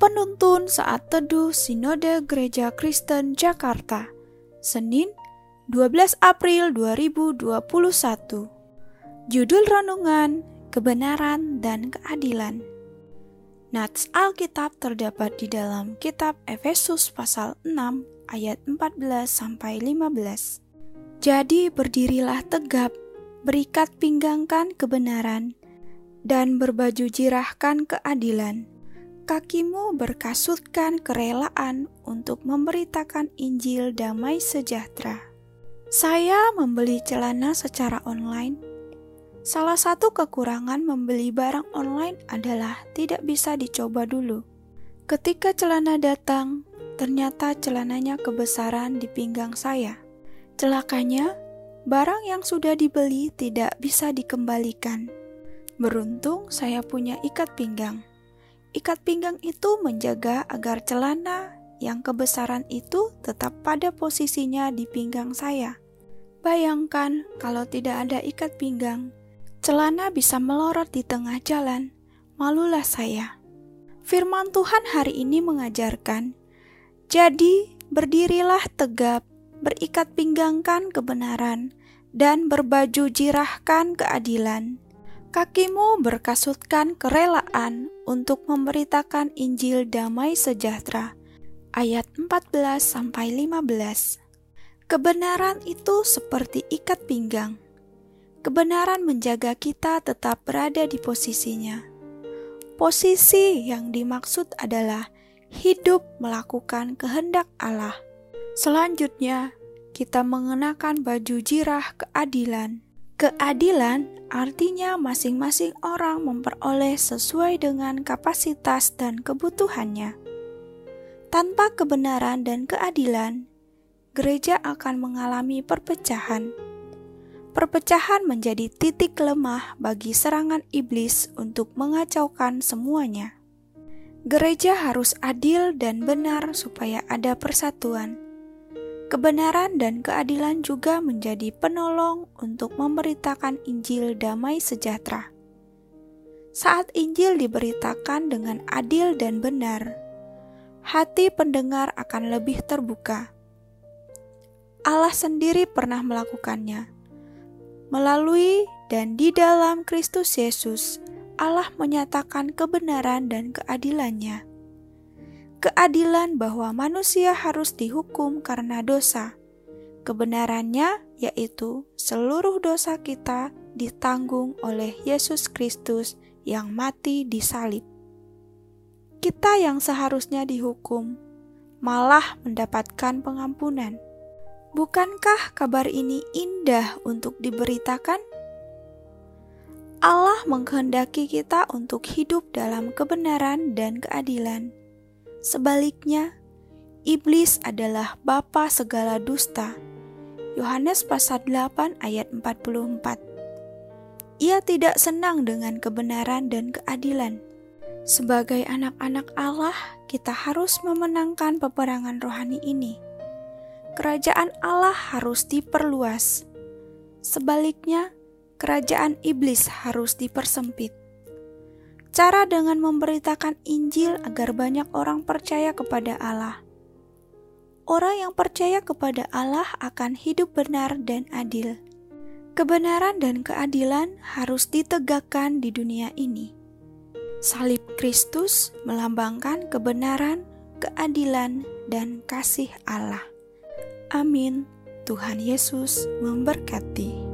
Penuntun Saat Teduh Sinode Gereja Kristen Jakarta, Senin 12 April 2021. Judul renungan, Kebenaran dan Keadilan. Nats Alkitab terdapat di dalam kitab Efesus pasal 6 ayat 14-15. Jadi berdirilah tegap, berikat pinggangkan kebenaran, dan berbaju jirahkan keadilan. Kakimu berkasutkan kerelaan untuk memberitakan Injil damai sejahtera. Saya membeli celana secara online. Salah satu kekurangan membeli barang online adalah tidak bisa dicoba dulu. Ketika celana datang, ternyata celananya kebesaran di pinggang saya. Celakanya, barang yang sudah dibeli tidak bisa dikembalikan. Beruntung saya punya ikat pinggang. Ikat pinggang itu menjaga agar celana yang kebesaran itu tetap pada posisinya di pinggang saya. Bayangkan kalau tidak ada ikat pinggang, celana bisa melorot di tengah jalan. Malulah saya. Firman Tuhan hari ini mengajarkan, jadi berdirilah tegap, berikat pinggangkan kebenaran, dan berbaju jirahkan keadilan. Kakimu berkasutkan kerelaan untuk memberitakan Injil damai sejahtera. Ayat 14-15. Kebenaran itu seperti ikat pinggang. Kebenaran menjaga kita tetap berada di posisinya. Posisi yang dimaksud adalah hidup melakukan kehendak Allah. Selanjutnya, kita mengenakan baju jirah keadilan. Keadilan artinya masing-masing orang memperoleh sesuai dengan kapasitas dan kebutuhannya. Tanpa kebenaran dan keadilan, gereja akan mengalami perpecahan. Perpecahan menjadi titik lemah bagi serangan iblis untuk mengacaukan semuanya. Gereja harus adil dan benar supaya ada persatuan. Kebenaran dan keadilan juga menjadi penolong untuk memberitakan Injil damai sejahtera. Saat Injil diberitakan dengan adil dan benar, hati pendengar akan lebih terbuka. Allah sendiri pernah melakukannya. Melalui dan di dalam Kristus Yesus, Allah menyatakan kebenaran dan keadilannya. Keadilan bahwa manusia harus dihukum karena dosa. Kebenarannya yaitu seluruh dosa kita ditanggung oleh Yesus Kristus yang mati di salib. Kita yang seharusnya dihukum malah mendapatkan pengampunan. Bukankah kabar ini indah untuk diberitakan? Allah menghendaki kita untuk hidup dalam kebenaran dan keadilan. Sebaliknya, iblis adalah bapa segala dusta. Yohanes pasal 8 ayat 44. Ia tidak senang dengan kebenaran dan keadilan. Sebagai anak-anak Allah, kita harus memenangkan peperangan rohani ini. Kerajaan Allah harus diperluas. Sebaliknya, kerajaan iblis harus dipersempit. Cara dengan memberitakan Injil agar banyak orang percaya kepada Allah. Orang yang percaya kepada Allah akan hidup benar dan adil. Kebenaran dan keadilan harus ditegakkan di dunia ini. Salib Kristus melambangkan kebenaran, keadilan, dan kasih Allah. Amin. Tuhan Yesus memberkati.